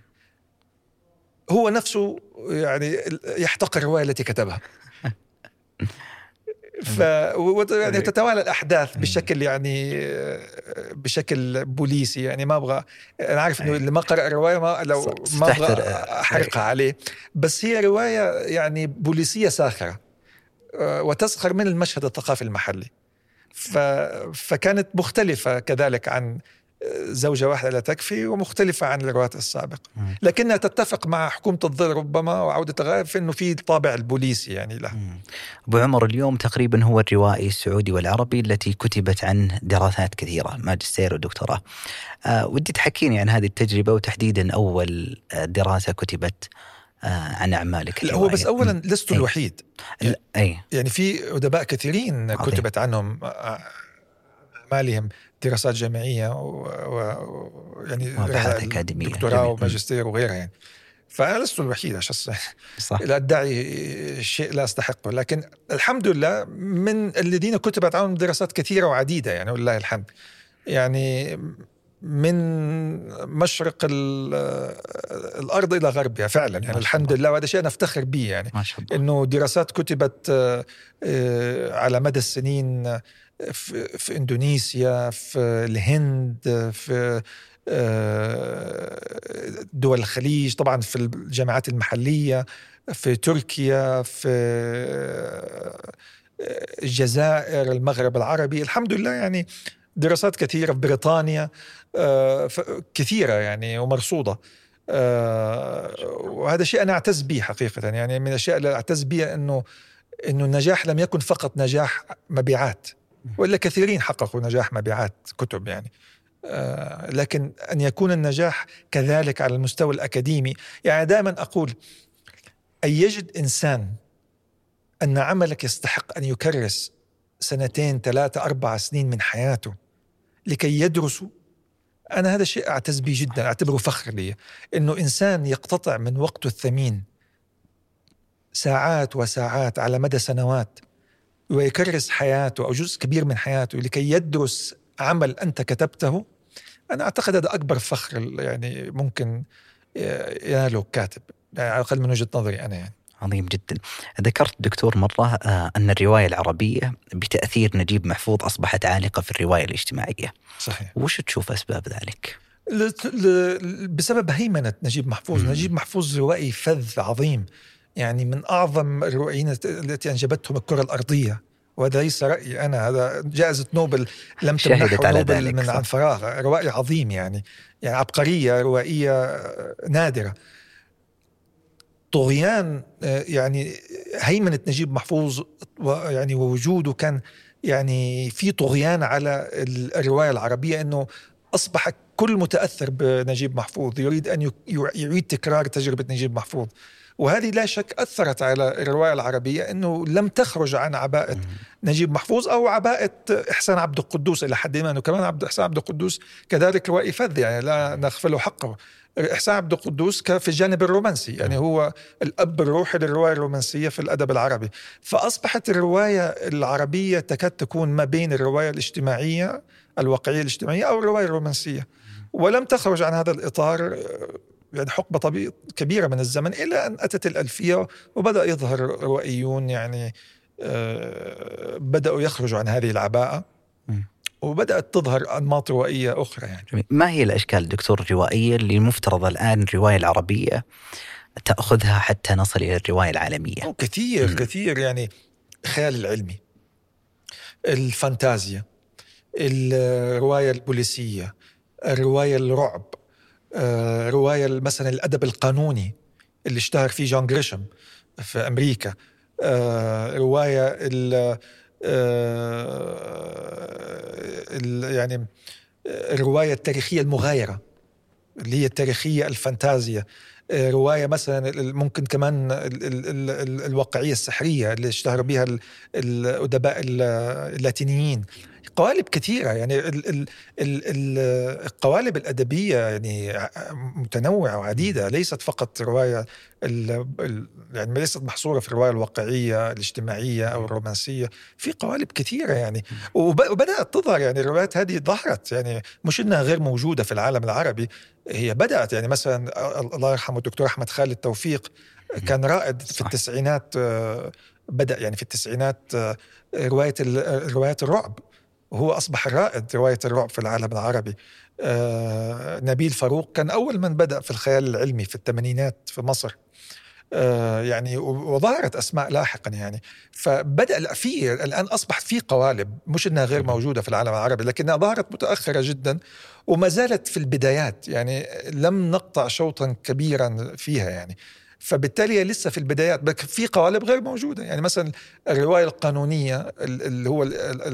هو نفسه يعني يحتقر الرواية التي كتبها. ف يعني تتوالى الأحداث بشكل يعني بشكل بوليسي. يعني ما أبغى، أنا عارف إنه اللي ما قرأ الرواية ما لو ما أبغى أحرقها عليه، بس هي رواية يعني بوليسية ساخرة وتسخر من المشهد الثقافي المحلي. ف... فكانت مختلفة كذلك عن زوجة واحدة لا تكفي، ومختلفة عن الروايات السابقة، لكنها تتفق مع حكومة الظل ربما وعودة الغائب في أنه في الطابع البوليسي يعني له. أبو عمر، اليوم تقريبا هو الروائي السعودي والعربي التي كتبت عنه دراسات كثيرة، ماجستير ودكتوراه. أه ودي تحكيني عن هذه التجربة، وتحديدا أول دراسة كتبت عن أعمالك. لا هو بس أولا لست أي. الوحيد يعني, أي. يعني في أدباء كثيرين عظيم. كتبت عنهم أعمالهم دراسات جامعية ويعني وبحث أكاديمية، دكتوراه وماجستير وغيرها يعني. فأنا لست الوحيد عشان لا أدعي شيء لا أستحقه، لكن الحمد لله من الذين كتبت عنهم دراسات كثيرة وعديدة يعني، والله الحمد. يعني من مشرق الأرض إلى غربها فعلا يعني، الحمد لله، وهذا شيء نفتخر به يعني، إنه دراسات كتبت على مدى السنين في, في إندونيسيا، في الهند، في دول الخليج، طبعا في الجامعات المحلية، في تركيا، في الجزائر، المغرب العربي، الحمد لله يعني دراسات كثيرة في بريطانيا كثيرة يعني ومرصودة. وهذا شيء أنا أعتز به حقيقة يعني، من الأشياء اللي أعتز بها إنه إنه النجاح لم يكن فقط نجاح مبيعات، وإلا كثيرين حققوا نجاح مبيعات كتب يعني، لكن أن يكون النجاح كذلك على المستوى الأكاديمي. يعني دائما أقول أن يجد إنسان أن عملك يستحق أن يكرس سنتين ثلاثة أربع سنين من حياته لكي يدرسوا، أنا هذا شيء أعتز به جدا، أعتبره فخر لي، إنه إنسان يقتطع من وقته الثمين ساعات وساعات على مدى سنوات ويكرس حياته أو جزء كبير من حياته لكي يدرس عمل أنت كتبته. أنا أعتقد هذا أكبر فخر يعني ممكن يناله كاتب، يعني على الأقل من وجهة نظري أنا يعني. عظيم جدا. ذكرت دكتور مرة أن الرواية العربية بتأثير نجيب محفوظ أصبحت عالقة في الرواية الاجتماعية. صحيح. وش تشوف أسباب ذلك؟ بسبب هيمنة نجيب محفوظ. مم. نجيب محفوظ روائي فذ عظيم يعني، من أعظم الروائيين التي أنجبتهم الكرة الأرضية، وهذا ليس رأيي أنا، هذا جائزة نوبل لم تمنحه نوبل من عن فراغ. روائي عظيم يعني، يعني عبقرية روائية نادرة. طغيان يعني هيمنة نجيب محفوظ يعني ووجوده كان يعني في طغيان على الرواية العربية، إنه أصبح كل متأثر بنجيب محفوظ يريد أن يعيد تكرار تجربة نجيب محفوظ، وهذه لا شك أثرت على الرواية العربية، أنه لم تخرج عن عباءة نجيب محفوظ أو عباءة إحسان عبد القدوس إلى حد ما، أنه كمان عبد إحسان عبد القدوس كذلك روائي فذ يعني، لا نغفله حقه. إحسان عبد القدوس في الجانب الرومانسي يعني، هو الأب الروحي للرواية الرومانسية في الأدب العربي. فأصبحت الرواية العربية تكاد تكون ما بين الرواية الاجتماعية الواقعية الاجتماعية أو الرواية الرومانسية، ولم تخرج عن هذا الإطار يعني حقبة طبيعية كبيرة من الزمن، إلى أن أتت الألفية وبدأ يظهر روائيون يعني بدأوا يخرجوا عن هذه العباءة، وبدأت تظهر أنماط روائية أخرى يعني. ما هي الأشكال دكتور الروائية اللي المفترض الآن الرواية العربية تأخذها حتى نصل إلى الرواية العالمية؟ كثير م. كثير يعني، خيال العلمي، الفانتازيا، الرواية البوليسية، الرواية الرعب، آه، رواية مثلا الأدب القانوني اللي اشتهر فيه جون غريشم في أمريكا، آه، رواية ال آه يعني الرواية التاريخية المغايرة اللي هي التاريخية الفانتازيا، آه رواية مثلا ممكن كمان ال ال ال الواقعية السحرية اللي اشتهر بها الأدباء اللاتينيين. قوالب كثيرة يعني ال ال ال ال القوالب الأدبية يعني متنوعة وعديدة، ليست فقط رواية ال ال يعني ليست محصورة في الرواية الواقعية الاجتماعية أو الرومانسية، في قوالب كثيرة يعني. وبدأت تظهر يعني الروايات هذه ظهرت، يعني مش إنها غير موجودة في العالم العربي، هي بدأت يعني مثلا الله يرحمه الدكتور أحمد خالد توفيق كان رائد في التسعينات، بدأ يعني في التسعينات رواية روايات الرعب، وهو أصبح الرائد رواية الرعب في العالم العربي. آه نبيل فاروق كان أول من بدأ في الخيال العلمي في الثمانينات في مصر. آه يعني وظهرت أسماء لاحقا يعني. فبدأ في الآن أصبح في قوالب، مش إنها غير موجودة في العالم العربي، لكنها ظهرت متأخرة جدا وما زالت في البدايات، يعني لم نقطع شوطا كبيرا فيها يعني. فبالتالي لسه في البدايات، في قوالب غير موجودة. يعني مثلا الرواية القانونية اللي هو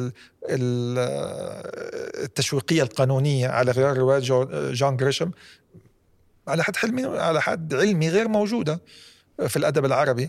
التشويقية القانونية على غير رواية جون غريشم على حد حلمي على حد علمي غير موجودة في الأدب العربي.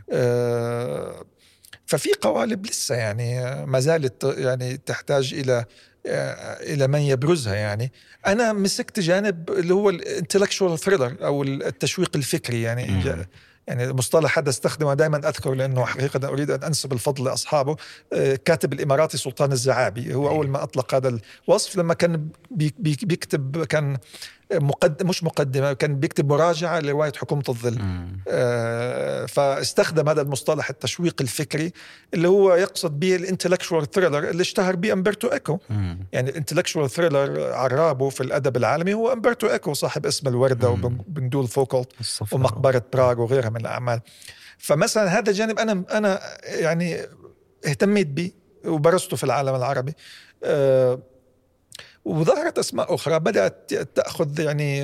ففي قوالب لسه يعني ما زالت يعني تحتاج إلى إلى من يبرزها. يعني أنا مسكت جانب اللي هو الانتلكشوال ثريلر أو التشويق الفكري يعني م- يعني مصطلح هذا استخدمه دائما أذكر، لأنه حقيقة أريد أن أنسب الفضل لأصحابه. كاتب الإماراتي سلطان الزعابي هو أول ما أطلق هذا الوصف، لما كان بيكتب كان مقدم مش مقدمة كان بيكتب مراجعة لرواية حكومة الظل. آه فاستخدم هذا المصطلح التشويق الفكري اللي هو يقصد به الانتلكشوال ثريلر اللي اشتهر به أمبرتو إيكو. مم. يعني الانتلكشوال ثريلر عرابه في الأدب العالمي هو أمبرتو إيكو صاحب اسم الوردة وبندول فوكولت ومقبرة براغ وغيرها من الأعمال. فمثلا هذا جانب أنا أنا يعني اهتميت به وبرزته في العالم العربي. آه وظهرت أسماء أخرى بدأت تأخذ يعني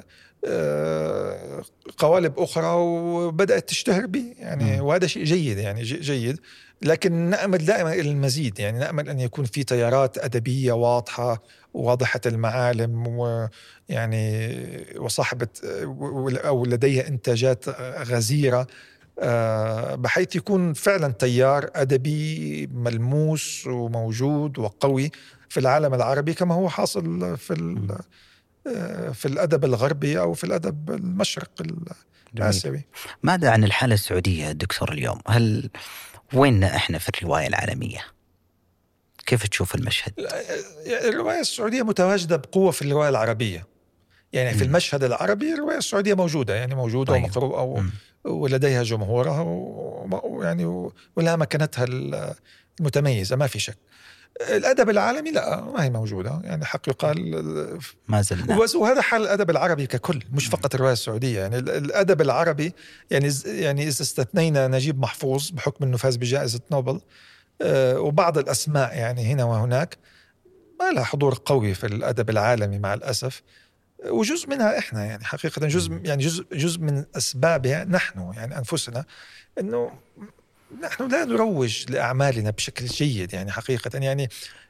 قوالب أخرى وبدأت تشتهر به يعني. وهذا شيء جيد يعني جيد، لكن نأمل دائما إلى المزيد. يعني نأمل أن يكون في تيارات أدبية واضحة وواضحة المعالم ويعني وصاحبة أو لديها إنتاجات غزيرة، بحيث يكون فعلا تيار أدبي ملموس وموجود وقوي في العالم العربي كما هو حاصل في في الأدب الغربي أو في الأدب المشرق الآسيوي. ماذا عن الحالة السعودية دكتور اليوم؟ هل ويننا إحنا في الرواية العالمية؟ كيف تشوف المشهد؟ الرواية السعودية متواجدة بقوة في الرواية العربية. يعني في م. المشهد العربي الرواية السعودية موجودة يعني موجودة طيب. ومقروءة ولديها جمهورها ويعني ولها مكانتها المتميزة ما في شك. الأدب العالمي لا ما هي موجودة يعني حق يقال ما زلنا. وهذا حال الأدب العربي ككل مش فقط الرواية السعودية. يعني الأدب العربي يعني يعني إذا استثنينا نجيب محفوظ بحكم أنه فاز بجائزة نوبل وبعض الأسماء يعني هنا وهناك، ما لها حضور قوي في الأدب العالمي مع الأسف. وجزء منها إحنا يعني حقيقة جزء يعني جزء جزء من أسبابها نحن يعني أنفسنا، إنه نحن لا نروج لأعمالنا بشكل جيد يعني حقيقة. يعني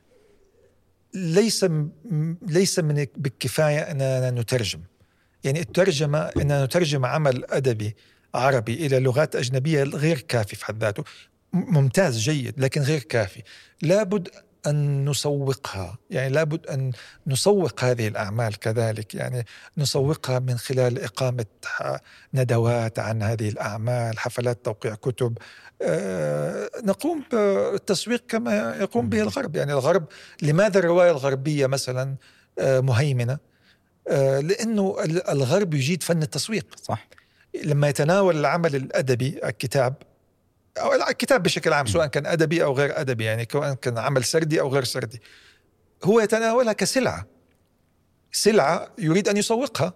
ليس ليس من بالكفاية أننا نترجم. يعني الترجمة أننا نترجم عمل أدبي عربي إلى لغات أجنبية غير كافي في حد ذاته، ممتاز جيد لكن غير كافي. لابد أن نسوقها، يعني لابد أن نسوق هذه الأعمال كذلك، يعني نسوقها من خلال إقامة ندوات عن هذه الأعمال، حفلات توقيع كتب، أه نقوم بالتسويق كما يقوم به الغرب. يعني الغرب لماذا الرواية الغربية مثلا أه مهيمنة؟ أه لأنه الغرب يجيد فن التسويق. صح. لما يتناول العمل الأدبي الكتاب أو الكتاب بشكل عام سواء كان أدبي أو غير أدبي، يعني سواء كان عمل سردي أو غير سردي، هو يتناولها كسلعة، سلعة يريد أن يسوقها،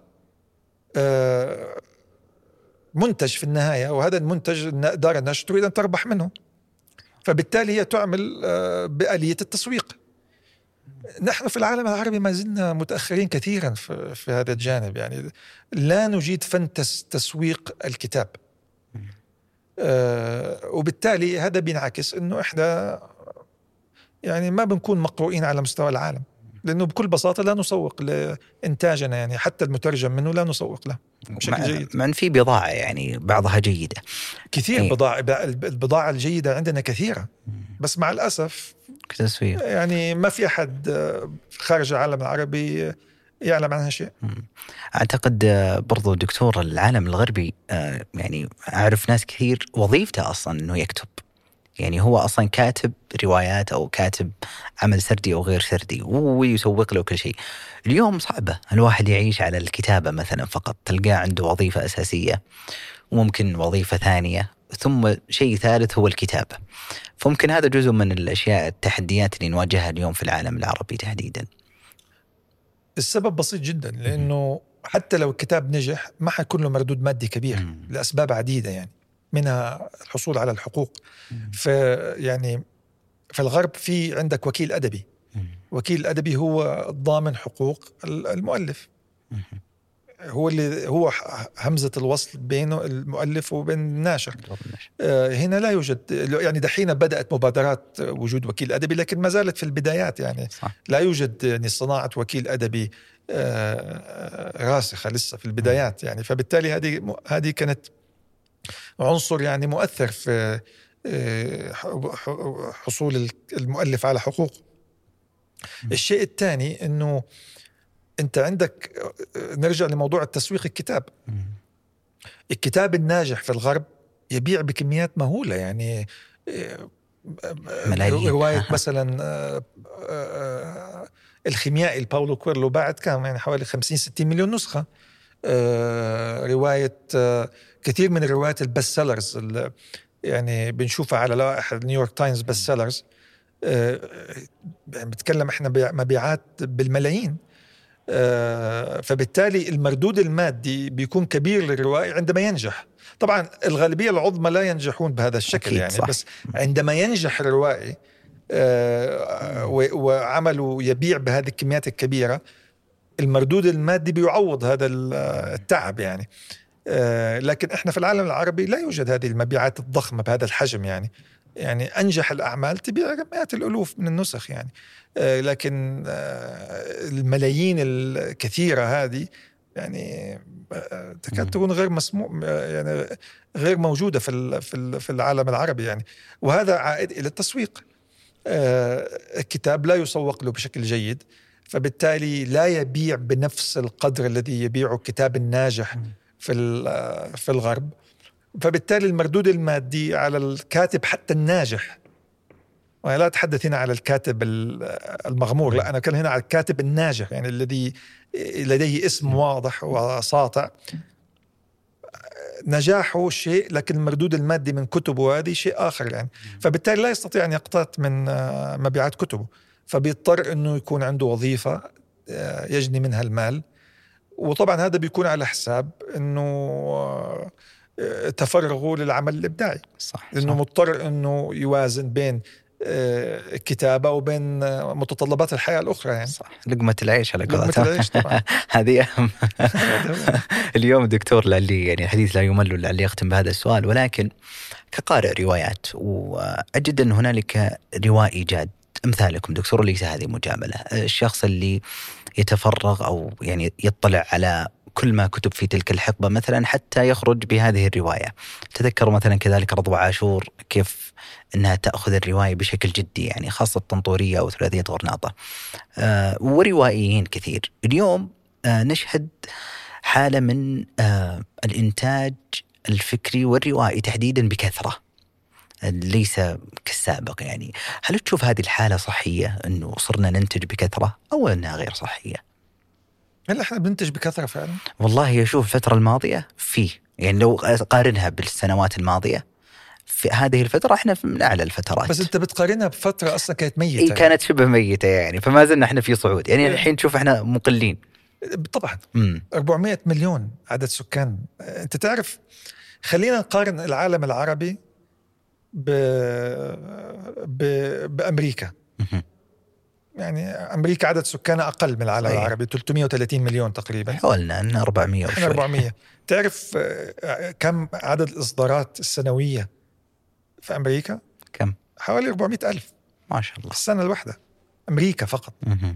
منتج في النهاية، وهذا المنتج دار النشر تريد أن تربح منه، فبالتالي هي تعمل بآلية التسويق. نحن في العالم العربي ما زلنا متأخرين كثيرا في, في هذا الجانب. يعني لا نجيد فن تسويق الكتاب، أه وبالتالي هذا بينعكس إنه إحنا يعني ما بنكون مقروئين على مستوى العالم. لأنه بكل بساطة لا نسوق لإنتاجنا، يعني حتى المترجم منه لا نسوق له بشكل جيد. مع أن في بضاعة يعني بعضها جيدة كثير أي. بضاعة البضاعة الجيدة عندنا كثيرة، بس مع الأسف تسويق يعني ما في أحد خارج العالم العربي يعلم عنها شيء. أعتقد برضو دكتور العالم الغربي يعني أعرف ناس كثير وظيفته أصلا أنه يكتب، يعني هو أصلا كاتب روايات أو كاتب عمل سردي أو غير سردي ويسوق له كل شيء. اليوم صعبة الواحد يعيش على الكتابة مثلا فقط، تلقاه عنده وظيفة أساسية وممكن وظيفة ثانية ثم شيء ثالث هو الكتابة. فممكن هذا جزء من الأشياء التحديات اللي نواجهها اليوم في العالم العربي تحديدا. السبب بسيط جدا، لأنه حتى لو الكتاب نجح ما حيكون له مردود مادي كبير م- لأسباب عديدة، يعني منها الحصول على الحقوق. فيعني في الغرب في عندك وكيل أدبي، وكيل الأدبي هو ضامن حقوق المؤلف، هو اللي هو همزة الوصل بينه المؤلف وبين الناشر. آه هنا لا يوجد، يعني دحين بدأت مبادرات وجود وكيل أدبي لكن ما زالت في البدايات، يعني صح. لا يوجد يعني صناعة وكيل أدبي آه راسخة لسه في البدايات، يعني فبالتالي هذه هذه كانت عنصر يعني مؤثر في آه حصول المؤلف على حقوق. الشيء الثاني إنه أنت عندك، نرجع لموضوع التسويق، الكتاب الكتاب الناجح في الغرب يبيع بكميات مهولة، يعني ملايين. رواية مثلا الخيميائي الباولو كويلو باعت كام يعني حوالي خمسين ستين مليون نسخة. رواية كثير من الروايات البست سيلرز يعني بنشوفها على لائحة نيويورك تايمز بست سيلرز، بتكلم احنا مبيعات بالملايين. فبالتالي المردود المادي بيكون كبير للروائي عندما ينجح. طبعا الغالبية العظمى لا ينجحون بهذا الشكل يعني صح. بس عندما ينجح الروائي وعمله يبيع بهذه الكميات الكبيرة، المردود المادي بيعوض هذا التعب يعني. لكن احنا في العالم العربي لا يوجد هذه المبيعات الضخمة بهذا الحجم، يعني يعني أنجح الأعمال تبيع مئات الألوف من النسخ يعني. آه لكن آه الملايين الكثيرة هذه يعني آه تكاد تكون غير مسموع، يعني غير موجودة في في العالم العربي يعني. وهذا عائد إلى التسويق. آه الكتاب لا يسوق له بشكل جيد، فبالتالي لا يبيع بنفس القدر الذي يبيعه الكتاب الناجح في في الغرب. فبالتالي المردود المادي على الكاتب حتى الناجح، وأنا لا أتحدث هنا على الكاتب المغمور، لا أنا أتكلم هنا على الكاتب الناجح، يعني الذي لديه اسم واضح وساطع، نجاحه شيء لكن المردود المادي من كتبه هذه شيء آخر يعني. فبالتالي لا يستطيع أن يقتات من مبيعات كتبه، فبيضطر أنه يكون عنده وظيفة يجني منها المال، وطبعا هذا بيكون على حساب أنه تفرغوا للعمل الإبداعي صح، لأنه صح. مضطر أنه يوازن بين الكتابة وبين متطلبات الحياة الأخرى يعني صح. لقمة العيش على لقمة العيش طبعا هذه أهم. اليوم دكتور لعلي يعني الحديث لا يمل، لعلي أختم بهذا السؤال، ولكن كقارئ روايات وأجد أن هنالك روائي جاد أمثالكم دكتور، ليس هذه مجاملة، الشخص اللي يتفرغ أو يعني يطلع على كل ما كتب في تلك الحقبة مثلا حتى يخرج بهذه الرواية. تذكر مثلا كذلك رضوى عاشور كيف أنها تأخذ الرواية بشكل جدي، يعني خاصة الطنطورية أو ثلاثية غرناطة، آه وروايين كثير. اليوم آه نشهد حالة من آه الإنتاج الفكري والروائي تحديدا بكثرة ليس كالسابق، يعني هل تشوف هذه الحالة صحية أنه صرنا ننتج بكثرة أو أنها غير صحية؟ هل احنا بننتج بكثرة فعلا؟ والله أشوف الفترة الماضية فيه، يعني لو قارنها بالسنوات الماضية في هذه الفترة احنا من أعلى الفترات. بس أنت بتقارنها بفترة أصلا كانت ميتة. إيه كانت شبه ميتة يعني، فما زلنا احنا في صعود يعني. إيه. الحين تشوف احنا مقلين طبعا. مم. أربعمائة مليون عدد سكان. أنت تعرف، خلينا نقارن العالم العربي ب... ب... بأمريكا. مم. يعني أمريكا عدد سكانها أقل من العالم صحيح. العربي ثلاثمائة وثلاثين مليون تقريبا، حولنا أن أربعمائة وشوي. أربعمائة. تعرف كم عدد الإصدارات السنوية في أمريكا؟ كم؟ حوالي أربعمائة ألف ما شاء الله السنة الواحدة، أمريكا فقط. مه.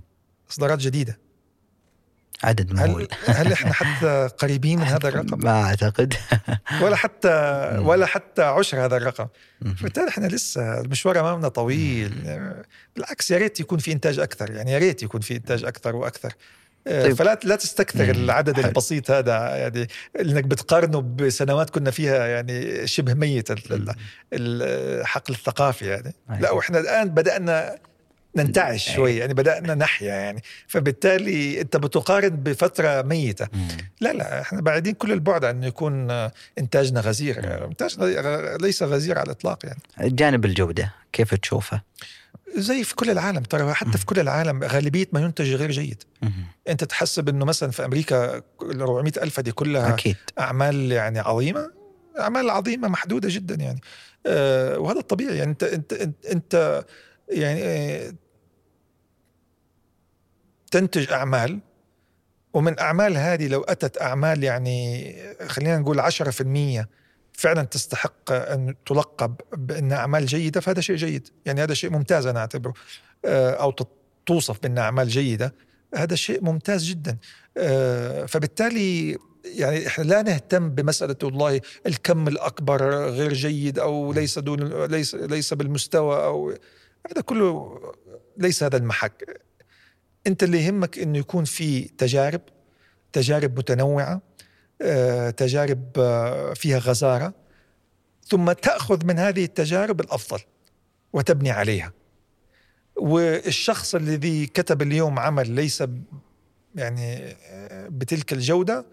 إصدارات جديدة. عدد مهول. هل, هل إحنا حتى قريبين من هذا الرقم؟ ما أعتقد. ولا حتى ولا حتى عشر هذا الرقم. فبالتالي إحنا لسه المشوار أمامنا طويل. بالعكس يا ريت يكون في إنتاج أكثر، يعني يا ريت يكون في إنتاج أكثر وأكثر. طيب. فلا لا تستكثر العدد حل. البسيط هذا، يعني انك بتقارنه بسنوات كنا فيها يعني شبه ميت الحقل الثقافي يعني. لا واحنا الان بدأنا ننتعش شوي، يعني بدأنا نحيا يعني. فبالتالي انت بتقارن بفترة ميتة. لا لا احنا بعيدين كل البعد عن يكون انتاجنا غزير. انتاجنا ليس غزير على الاطلاق يعني. جانب الجودة كيف تشوفه؟ زي في كل العالم ترى، حتى في كل العالم غالبية ما ينتج غير جيد. أنت تحسب إنه مثلا في أمريكا أربعمائة ألف دي كلها أكيد. أعمال يعني عظيمة، أعمال عظيمة محدودة جدا يعني. أه وهذا الطبيعي يعني. أنت أنت أنت, انت يعني أه تنتج أعمال، ومن أعمال هذه لو أتت أعمال يعني خلينا نقول عشرة في المية فعلا تستحق أن تلقب بأنها أعمال جيدة، فهذا شيء جيد يعني. هذا شيء ممتاز أنا أعتبره، أو توصف بأنها أعمال جيدة، هذا شيء ممتاز جدا. فبالتالي يعني إحنا لا نهتم بمسألة والله الكم الأكبر غير جيد أو ليس دون ليس ليس بالمستوى، أو هذا كله ليس هذا المحك. أنت اللي يهمك إنه يكون في تجارب تجارب متنوعة، تجارب فيها غزارة، ثم تأخذ من هذه التجارب الأفضل وتبني عليها. والشخص الذي كتب اليوم عمل ليس يعني بتلك الجودة،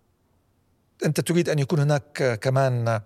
أنت تريد أن يكون هناك كمان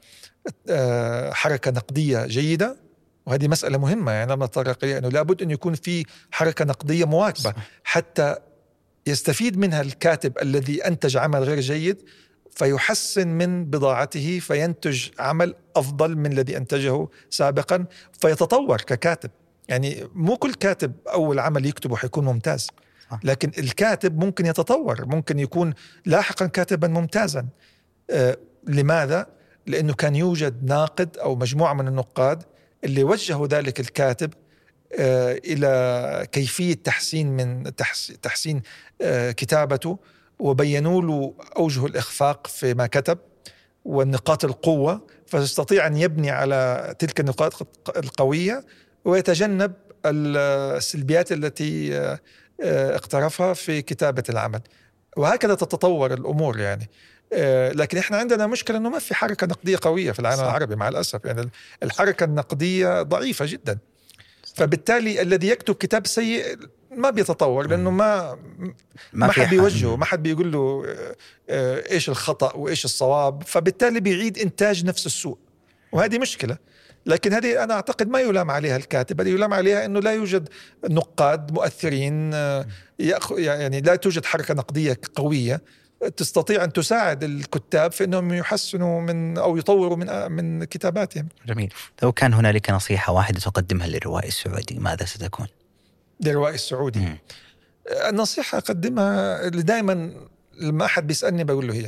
حركة نقدية جيدة، وهذه مسألة مهمة يعني. لما نتطرق إليها أنه لابد أن يكون في حركة نقدية مواكبة حتى يستفيد منها الكاتب الذي أنتج عمل غير جيد، فيحسن من بضاعته فينتج عمل أفضل من الذي أنتجه سابقا، فيتطور ككاتب. يعني مو كل كاتب أول عمل يكتبه حيكون ممتاز، لكن الكاتب ممكن يتطور، ممكن يكون لاحقا كاتبا ممتازا. آه لماذا؟ لأنه كان يوجد ناقد أو مجموعة من النقاد اللي وجهوا ذلك الكاتب آه إلى كيفية تحسين من تحسين آه كتابته، وبينوا له أوجه الإخفاق فيما كتب والنقاط القوة، فيستطيع أن يبني على تلك النقاط القوية ويتجنب السلبيات التي اقترفها في كتابة العمل. وهكذا تتطور الأمور يعني. لكن إحنا عندنا مشكلة أنه ما في حركة نقدية قوية في العالم العربي مع الأسف يعني. الحركة النقدية ضعيفة جدا، فبالتالي الذي يكتب كتاب سيء ما بيتطور، لأنه ما ما, ما حد بيوجهه، ما حد بيقول له إيش الخطأ وإيش الصواب، فبالتالي بيعيد إنتاج نفس السوء، وهذه مشكلة. لكن هذه أنا أعتقد ما يلام عليها الكاتب، هذه يلام عليها أنه لا يوجد نقاد مؤثرين، يعني لا توجد حركة نقدية قوية تستطيع أن تساعد الكتاب في أنهم يحسنوا من أو يطوروا من من كتاباتهم. جميل. لو كان هنالك نصيحة واحدة تقدمها للروائي السعودي ماذا ستكون؟ للروائي السعودي م. النصيحة أقدمها اللي دائما لما أحد بيسألني بقول له هي: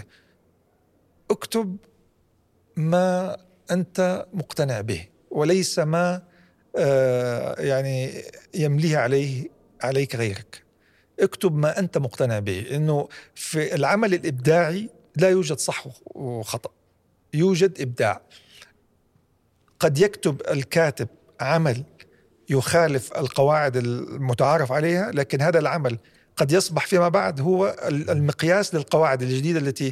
اكتب ما أنت مقتنع به، وليس ما آه يعني يمليه عليه عليك غيرك. اكتب ما أنت مقتنع به، إنه في العمل الإبداعي لا يوجد صح وخطأ، يوجد إبداع. قد يكتب الكاتب عمل يخالف القواعد المتعارف عليها، لكن هذا العمل قد يصبح فيما بعد هو المقياس للقواعد الجديدة التي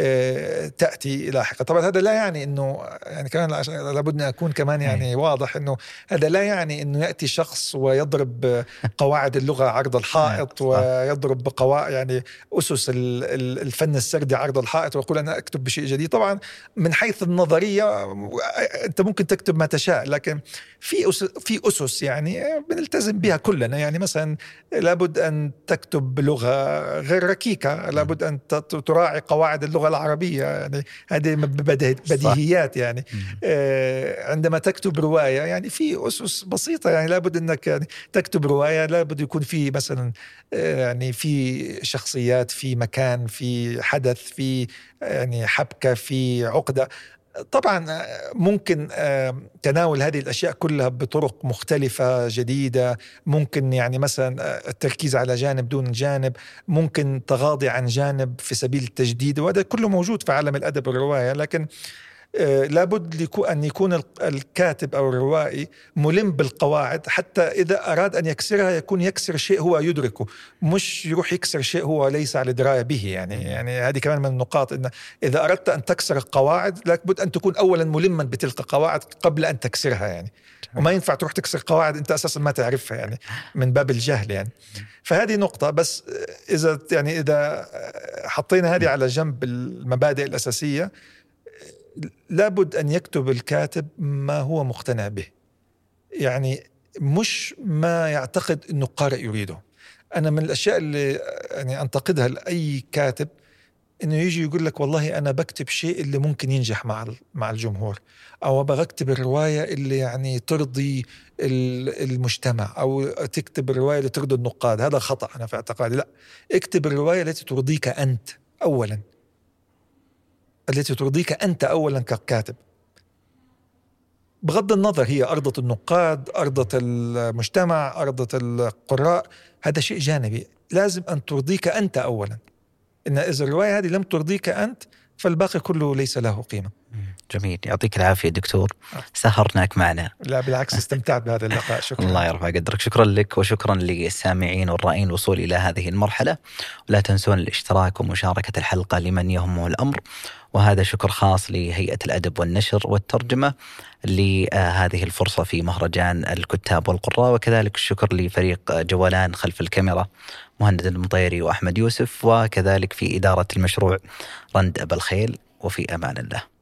تأتي لاحقا. طبعا هذا لا يعني أنه يعني كمان لابد أن أكون كمان يعني واضح أنه هذا لا يعني أنه يأتي شخص ويضرب قواعد اللغة عرض الحائط ويضرب بقواعد يعني أسس الفن السردي عرض الحائط ويقول أنا أكتب بشيء جديد. طبعا من حيث النظرية أنت ممكن تكتب ما تشاء، لكن في أسس في أسس يعني بنلتزم بها كلنا. يعني مثلا لابد أن تكتب بلغة غير ركيكة، لابد أن تراعي قواعد اللغة العربية، يعني هذه بديهيات يعني. آه عندما تكتب رواية يعني في أسس بسيطة، يعني لابد أنك يعني تكتب رواية لابد يكون في مثلا آه يعني في شخصيات، في مكان، في حدث، في يعني حبكة، في عقدة. طبعا ممكن تناول هذه الأشياء كلها بطرق مختلفة جديدة، ممكن يعني مثلا التركيز على جانب دون جانب، ممكن تغاضي عن جانب في سبيل التجديد، وهذا كله موجود في عالم الأدب والرواية. لكن لابد أن يكون الكاتب أو الروائي ملم بالقواعد، حتى إذا أراد أن يكسرها يكون يكسر شيء هو يدركه، مش يروح يكسر شيء هو ليس على دراية به. يعني يعني هذه كمان من النقاط، إن إذا أردت أن تكسر القواعد لابد أن تكون أولا ملما بتلك القواعد قبل أن تكسرها يعني. وما ينفع تروح تكسر قواعد أنت أساسا ما تعرفها يعني من باب الجهل يعني. فهذه نقطة. بس إذا يعني إذا حطينا هذه على جنب المبادئ الأساسية، لابد أن يكتب الكاتب ما هو مقتنع به، يعني مش ما يعتقد أنه قارئ يريده. أنا من الأشياء اللي يعني أنتقدها لأي كاتب إنه يجي يقول لك والله أنا بكتب شيء اللي ممكن ينجح مع مع الجمهور، أو بكتب الرواية اللي يعني ترضي المجتمع، أو تكتب الرواية اللي ترضي النقاد. هذا خطأ أنا في اعتقادي. لا، اكتب الرواية التي ترضيك أنت أولا، التي ترضيك أنت أولا ككاتب، بغض النظر هي أرضت النقاد، أرضت المجتمع، أرضت القراء، هذا شيء جانبي. لازم أن ترضيك أنت أولا. إن إذا الرواية هذه لم ترضيك أنت فالباقي كله ليس له قيمة. جميل، يعطيك العافية دكتور، سهرناك معنا. لا بالعكس، استمتعت بهذا اللقاء. شكرا. الله يرفع قدرك. شكرا لك وشكرا للسامعين والرائين الوصول إلى هذه المرحلة، ولا تنسون الاشتراك ومشاركة الحلقة لمن يهمه الأمر. وهذا شكر خاص لهيئة الأدب والنشر والترجمة لهذه الفرصة في مهرجان الكتاب والقراء، وكذلك الشكر لفريق جولان خلف الكاميرا مهند المطيري وأحمد يوسف، وكذلك في إدارة المشروع رند أبا الخيل. وفي أمان الله.